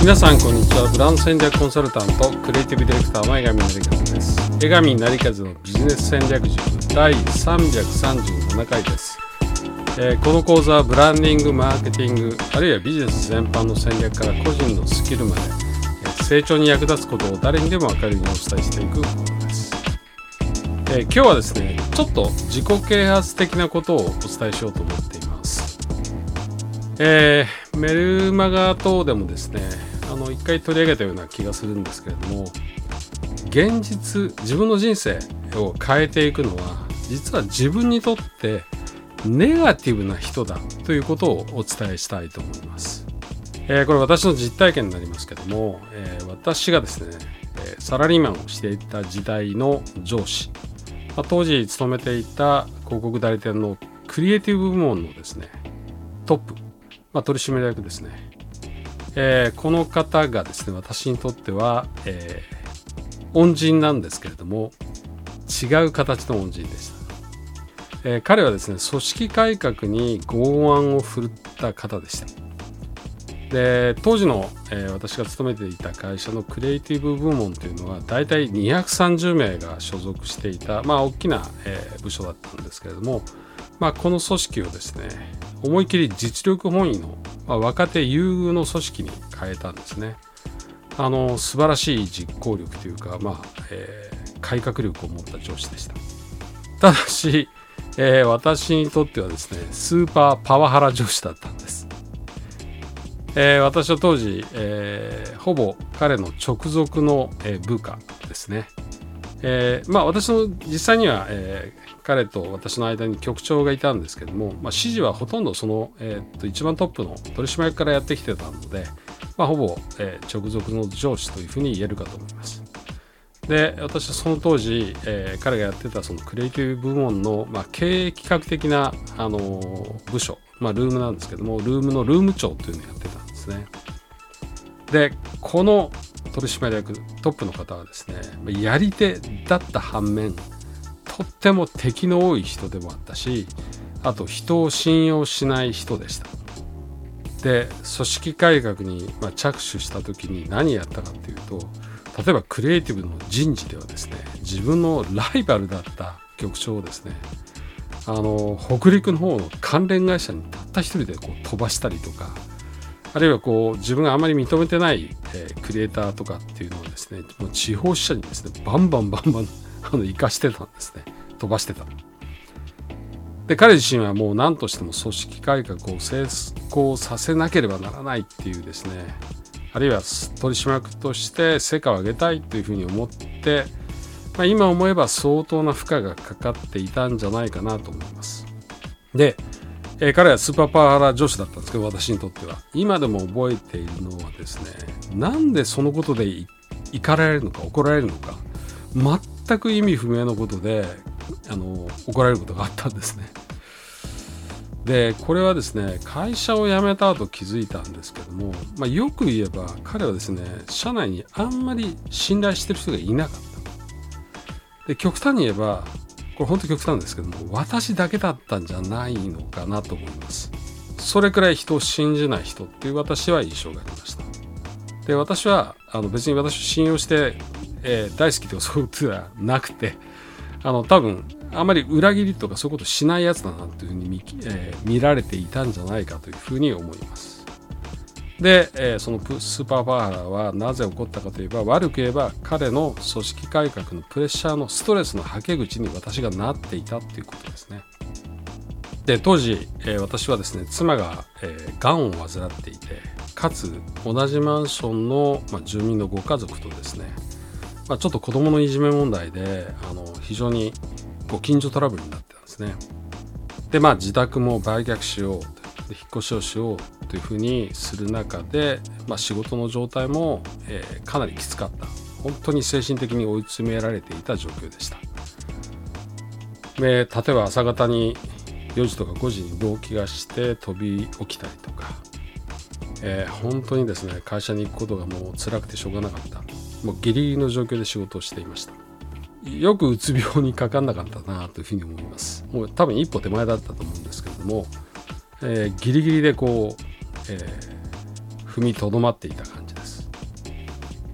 皆さんこんにちは。ブランド戦略コンサルタントクリエイティブディレクターの江上成和です。江上成和のビジネス戦略塾第337回です。この講座はブランディング、マーケティングあるいはビジネス全般の戦略から個人のスキルまで成長に役立つことを誰にでも分かるようにお伝えしていく講座です。今日はですね、ちょっと自己啓発的なことをお伝えしようと思っています。メルマガ等でもですね、一回取り上げたような気がするんですけれども、現実、自分の人生を変えていくのは実は自分にとってネガティブな人だということをお伝えしたいと思います。これ私の実体験になりますけども、私がですね、サラリーマンをしていた時代の上司、当時勤めていた広告代理店のクリエイティブ部門のですねトップ、取締役ですね、この方がですね、私にとっては、恩人なんですけれども、違う形の恩人でした。彼はですね、組織改革に剛腕を振るった方でした。で、当時の、私が勤めていた会社のクリエイティブ部門というのはだいたい230名が所属していた、大きな、部署だったんですけれども、この組織をですね、思い切り実力本位の、若手優遇の組織に変えたんですね。素晴らしい実行力というか、改革力を持った上司でした。ただし、私にとってはですね、スーパーパワハラ上司だったんです。私は当時、ほぼ彼の直属の、部下ですね。私の実際には、彼と私の間に局長がいたんですけども、指示はほとんどその、一番トップの取締役からやってきてたので、ほぼ、直属の上司というふうに言えるかと思います。で、私はその当時、彼がやってたそのクリエイティブ部門の、経営企画的な、部署、ルームなんですけども、ルームのルーム長というのをやってたんですね。で、この取締役トップの方はですね、やり手だった反面、とっても敵の多い人でもあったし、あと人を信用しない人でした。で、組織改革に着手した時に何やったかというと、例えばクリエイティブの人事ではですね、自分のライバルだった局長をですね、北陸の方の関連会社にたった一人で飛ばしたりとか、あるいは自分があまり認めてない、クリエイターとかっていうのをですね、もう地方支社にですね、バンバン生かしてたんですね。飛ばしてた。で、彼自身はもう何としても組織改革を成功させなければならないっていうですね、あるいは取締役として成果を上げたいというふうに思って、今思えば相当な負荷がかかっていたんじゃないかなと思います。で、彼はスーパーパワハラ上司だったんですけど、私にとっては今でも覚えているのはですね、なんでそのことで怒られるのか怒られるのか全く意味不明のことで怒られることがあったんですね。で、これはですね、会社を辞めた後気づいたんですけども、よく言えば彼はですね、社内にあんまり信頼してる人がいなかった。で、極端に言えば、これ本当に極端ですけども、私だけだったんじゃないのかなと思います。それくらい人を信じない人っていう私は印象がありました。で、私は別に私を信用して、大好きとかそういうことではなくて、多分あまり裏切りとかそういうことしないやつだなというふうに見られていたんじゃないかというふうに思います。で、そのスーパーパワハラはなぜ起こったかといえば、悪く言えば彼の組織改革のプレッシャーのストレスのはけ口に私がなっていたということですね。で、当時、私はですね、妻が、がんを患っていて、かつ同じマンションの、住民のご家族とですね、ちょっと子供のいじめ問題で非常にご近所トラブルになってたんですね。で、自宅も売却しよう、で引っ越しをしようというふうにする中で、仕事の状態も、かなりきつかった。本当に精神的に追い詰められていた状況でした。で、例えば朝方に4時とか5時に動悸がして飛び起きたりとか、本当にですね、会社に行くことがもう辛くてしょうがなかった。もうギリギリの状況で仕事をしていました。よくうつ病にかかんなかったなというふうに思います。もう多分一歩手前だったと思うんですけれども、ギリギリで踏みとどまっていた感じです。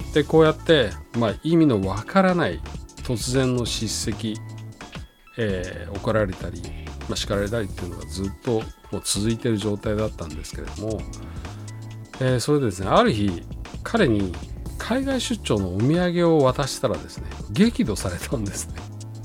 でこうやって、意味のわからない突然の叱責、怒られたり、叱られたりっていうのがずっともう続いている状態だったんですけれども、それでですね、ある日彼に海外出張のお土産を渡したらですね、激怒されたんですね。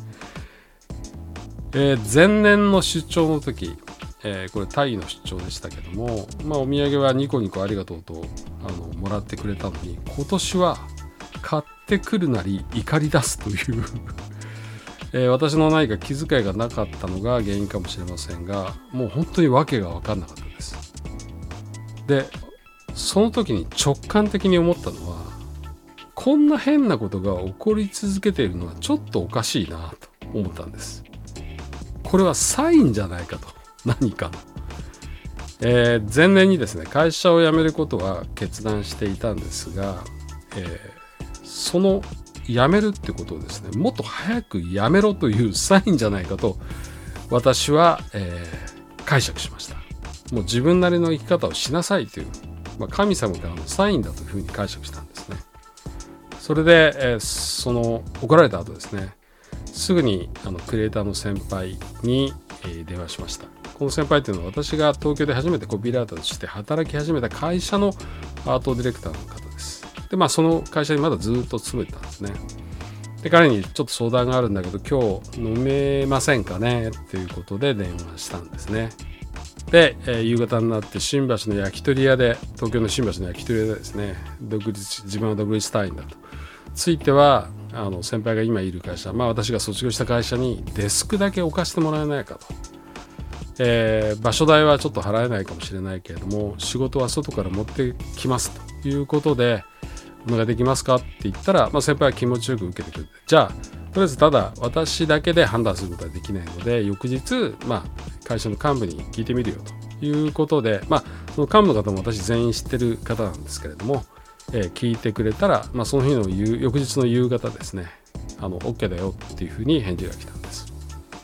前年の出張の時、これタイの出張でしたけども、お土産はニコニコありがとうともらってくれたのに、今年は買ってくるなり怒り出すという私の何か気遣いがなかったのが原因かもしれませんが、もう本当に訳が分かんなかったです。でその時に直感的に思ったのは、こんな変なことが起こり続けているのはちょっとおかしいなと思ったんです。これはサインじゃないかと、何かの、前年にですね、会社を辞めることは決断していたんですが、その辞めるってことをですね、もっと早く辞めろというサインじゃないかと私は、解釈しました。もう自分なりの生き方をしなさいという、神様からのサインだというふうに解釈したんですね。それで、その怒られた後ですね、すぐにクリエイターの先輩に、電話しました。この先輩というのは、私が東京で初めてコピーライターとして働き始めた会社のアートディレクターの方です。でその会社にまだずっと勤めてたんですね。で彼にちょっと相談があるんだけど、今日飲めませんかねということで電話したんですね。で、夕方になって新橋の焼き鳥屋で、東京の新橋の焼き鳥屋でですね、自分は独立したいんだと。ついては先輩が今いる会社、私が卒業した会社にデスクだけ置かせてもらえないかと、場所代はちょっと払えないかもしれないけれども、仕事は外から持ってきますということで、お願いできますかって言ったら、先輩は気持ちよく受けてくれて、じゃあとりあえずただ私だけで判断することはできないので、翌日、会社の幹部に聞いてみるよということで、その幹部の方も私全員知ってる方なんですけれども、聞いてくれたら、その日の翌日の夕方ですね、OK だよっていうふうに返事が来たんです。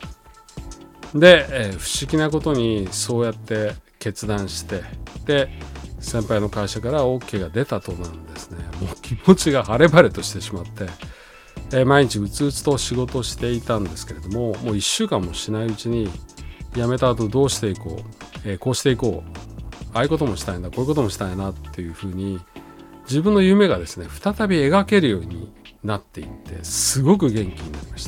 で、不思議なことにそうやって決断して、で先輩の会社から OK が出たとなんですね。もう気持ちが晴れ晴れとしてしまって、毎日うつうつと仕事をしていたんですけれども、もう1週間もしないうちに、辞めた後どうしていこう、こうしていこう、ああいうこともしたいな、こういうこともしたいなっていうふうに、自分の夢がですね、再び描けるようになっていって、すごく元気になりました。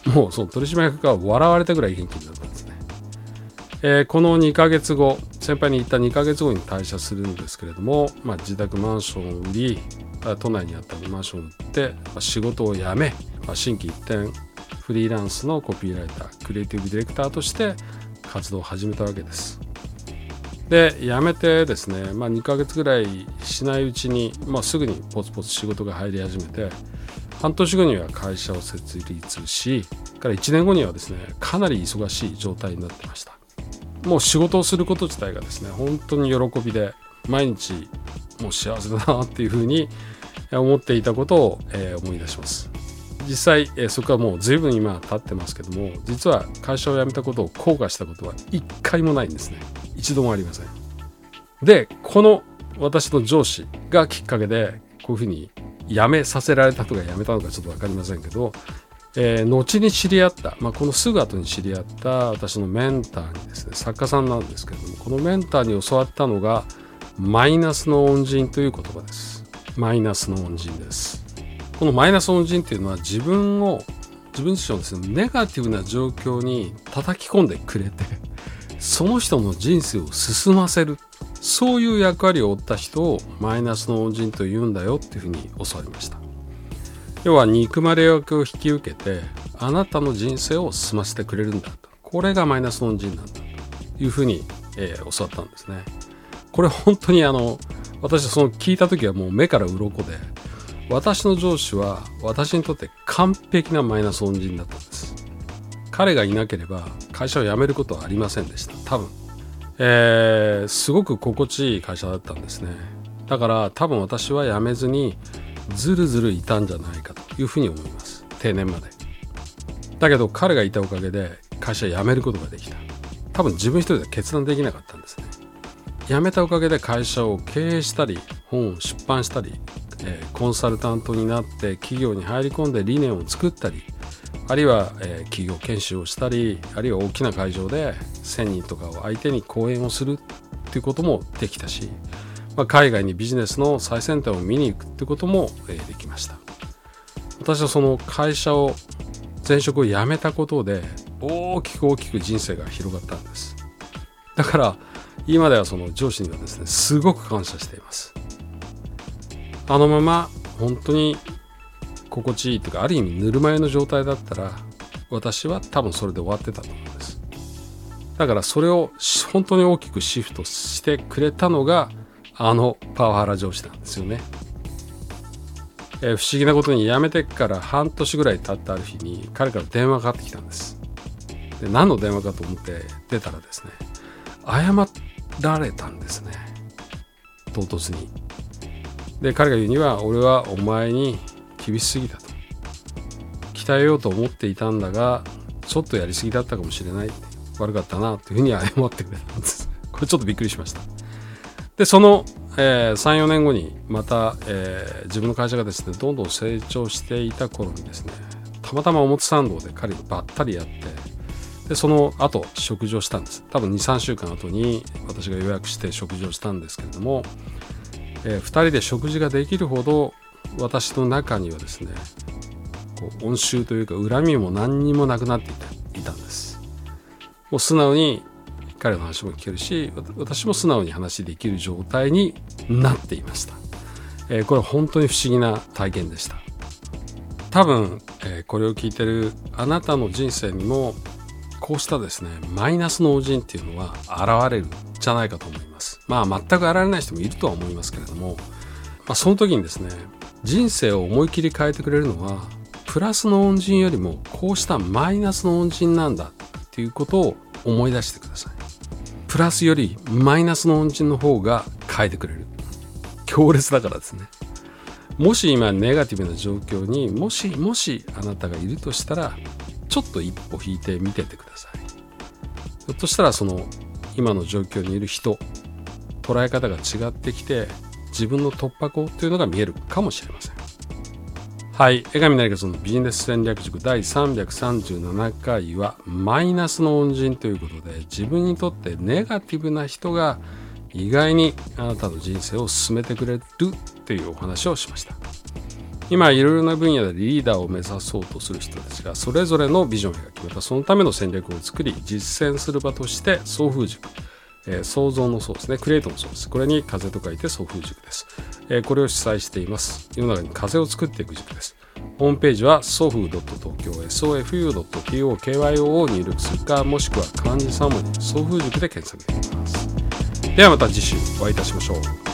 もうその取締役が笑われたぐらい元気になったんですね。この2ヶ月後、先輩に言った2ヶ月後に退社するんですけれども、自宅マンションを売り、都内にあったマンションを売って、仕事を辞め、心機一転、フリーランスのコピーライター、クリエイティブディレクターとして活動を始めたわけです。で辞めてですね、2ヶ月ぐらいしないうちに、すぐにポツポツ仕事が入り始めて、半年後には会社を設立し、から1年後にはですね、かなり忙しい状態になってました。もう仕事をすること自体がですね、本当に喜びで、毎日もう幸せだなっていうふうに思っていたことを、思い出します。実際、そこはもう随分今経ってますけども、実は会社を辞めたことを後悔したことは一回もないんですね。一度もありません。でこの私の上司がきっかけで、こういうふうに辞めさせられたとか辞めたのかちょっと分かりませんけど、後に知り合った、このすぐ後に知り合った私のメンターにですね、作家さんなんですけれども、このメンターに教わったのがマイナスの恩人という言葉です。マイナスの恩人です。このマイナスの恩人っていうのは、自分自身をですね、ネガティブな状況に叩き込んでくれて、その人の人生を進ませる、そういう役割を負った人をマイナスの恩人と言うんだよっていうふうに教わりました。要は憎まれ役を引き受けて、あなたの人生を進ませてくれるんだと、これがマイナスの恩人なんだというふうに、教わったんですね。これ本当に私はその聞いた時はもう目から鱗で、私の上司は私にとって完璧なマイナス恩人だったんです。彼がいなければ会社を辞めることはありませんでした。多分、すごく心地いい会社だったんですね。だから多分私は辞めずにずるずるいたんじゃないかというふうに思います。定年まで。だけど彼がいたおかげで会社を辞めることができた。多分自分一人では決断できなかったんですね。辞めたおかげで会社を経営したり、本を出版したり、 コンサルタントになって企業に入り込んで理念を作ったり、あるいは、企業研修をしたり、あるいは大きな会場で1000人とかを相手に講演をするっていうこともできたし、海外にビジネスの最先端を見に行くっていうことも、できました。私はその会社を前職を辞めたことで大きく人生が広がったんです。だから今ではその上司にはですね、すごく感謝しています。あのまま本当に心地いいというか、ある意味ぬるま湯の状態だったら、私は多分それで終わってたと思うんです。だからそれを本当に大きくシフトしてくれたのがあのパワハラ上司なんですよね。不思議なことに辞めてから半年ぐらい経ったある日に彼から電話がかかってきたんです。で、何の電話かと思って出たらですね、謝られたんですね、唐突に。で、彼が言うには、俺はお前に厳しすぎたと、鍛えようと思っていたんだがちょっとやりすぎだったかもしれない、悪かったなというふうに謝ってくれたんです。これちょっとびっくりしました。で、その、3、4年後にまた、自分の会社がですね、どんどん成長していた頃にですね、たまたま表参道で彼にばったり会って、でその後食事をしたんです。多分 2,3 週間後に私が予約して食事をしたんですけれども、2人で食事ができるほど私の中にはですね、こう恩衆というか恨みも何にもなくなっていたんです。もう素直に彼の話も聞けるし、私も素直に話できる状態になっていました。これは本当に不思議な体験でした。多分、これを聞いてるあなたの人生にもこうしたですね、マイナスの恩人っていうのは現れるんじゃないかと思います。全く現れない人もいるとは思いますけれども、その時にですね、人生を思い切り変えてくれるのはプラスの恩人よりもこうしたマイナスの恩人なんだっていうことを思い出してください。プラスよりマイナスの恩人の方が変えてくれる。強烈だからですね。もし今ネガティブな状況にもしあなたがいるとしたら、ちょっと一歩引いてみててください。ひょっとしたらその今の状況にいる人、捉え方が違ってきて自分の突破口っていうのが見えるかもしれません。はい、江上成勝のビジネス戦略塾第337回はマイナスの恩人ということで、自分にとってネガティブな人が意外にあなたの人生を進めてくれるというお話をしました。今いろいろな分野でリーダーを目指そうとする人たちがそれぞれのビジョンを描き、またそのための戦略を作り実践する場として送風塾、創造の創ですね、クリエイトの創です。これに風と書いて送風塾です。これを主催しています。世の中に風を作っていく塾です。ホームページはsofu.tokyo sofu.tokyo を入力するか、もしくは漢字3文字送風塾で検索できます。ではまた次週お会いいたしましょう。